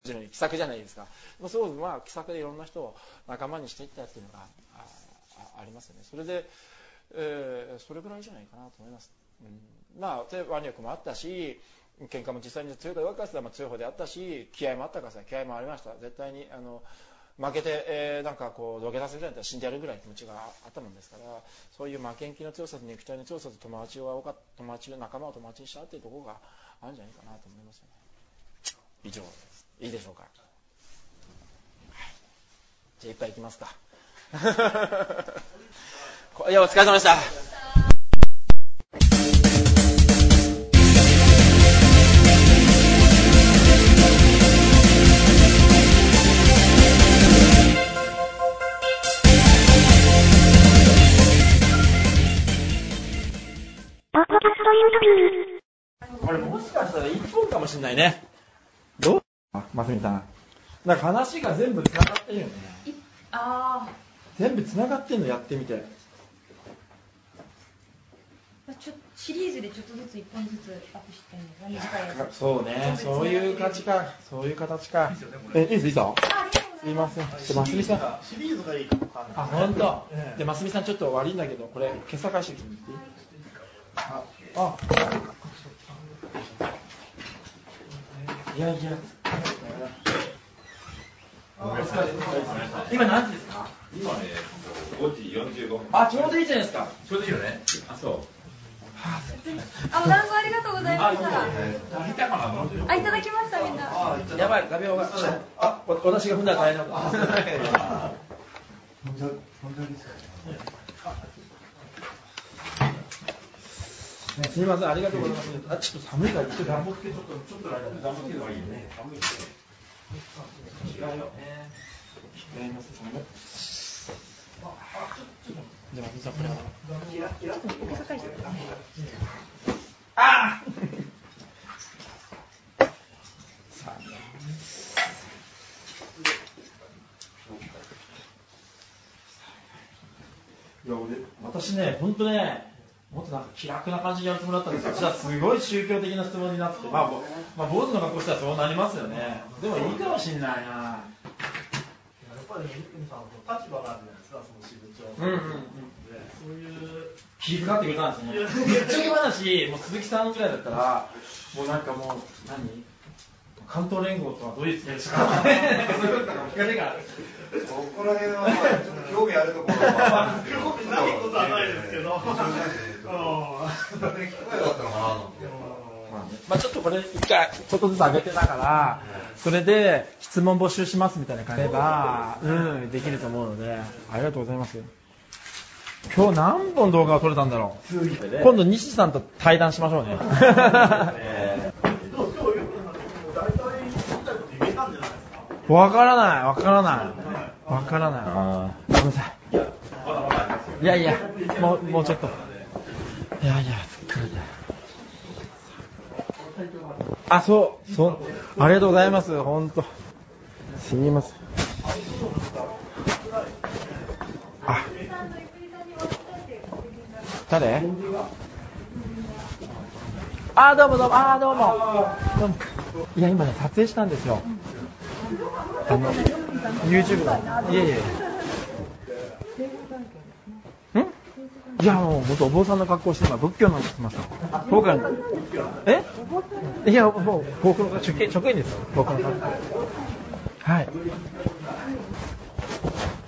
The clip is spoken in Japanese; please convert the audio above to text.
気さくじゃないですか。すごく気さくでいろんな人を仲間にしていったっていうのが ありますよね。それで、それぐらいじゃないかなと思います。腕力もあったし、喧嘩も実際に強いか弱いかつ強い方であったし、気合もあったから気合もありました。絶対に負けて、土下座するぐらいだったら死んでやるぐらいの気持ちがあったもんですから、そういう負けん気の強さと肉体の強さと仲間を友達にしたっていうところがあるんじゃないかなと思いますよね。以上です。いいでしょうか。じゃあいっぱいいきますか。いや、お疲れ様でした。これもしかしたら1本かもしれないね。どう？ますみさん。なんか話が全部つながってるよね。全部つながってんの、やってみて。 シリーズでちょっとずつ1本ずつアップしてるんですか？短いやつ。 そうね、そういう形か。いいですいいぞ。すいません。ますみさん。 シリーズがいいかも。 本当。で、ますみさんちょっと悪いんだけど、これ今朝返してきてみていい？いや。今何時ですか？ 今ね、5時45分。 ちょうどいいじゃないですか。 ちょうどいいよね。そう。 お団子ありがとうございました。いただきました、みんな。 やばい、画鋲が。私が踏んだら大変なこと。すみません、ありがとうございます。ちょっと寒いから、暖房つけて、ちょっとの間で暖房つけた方がいいよね。寒いですね。違うよね。違います、寒い。じゃあ、松井さん、これは。私ね、本当ね、もっとなんか気楽な感じでやるつもりだったんですけど、私はすごい宗教的な質問になって、坊主の格好したらそうなりますよね。でもいいかもしんないな。 やっぱり立場があるじゃないですか、その支部長。そういう気遣ってくれたんですね。ぶっちゃけ話、もう鈴木さんぐらいだったら、もうなんかもう関東連合とはどういう付き合いですか？なんかそういうことが聞かれがある。 ここら辺はちょっと興味あるところは興味ないことはないですけど。 聞こえなかったのかなと思って。 ちょっとこれ一回ちょっとずつ上げてたから、それで質問募集しますみたいな感じができると思うので、ありがとうございます。今日何本動画を撮れたんだろう。今度西さんと対談しましょうね。わからない。ごめんなさい。いや、もうちょっと。いや、疲れた。そう。ありがとうございます。本当。すみません。誰？どうも。いや、今ね、撮影したんですよ。YouTube の。いえ。いや、もう元お坊さんの格好して今仏教の話してました。僕はいや、もう僕の職員ですよ。僕の格好。はい。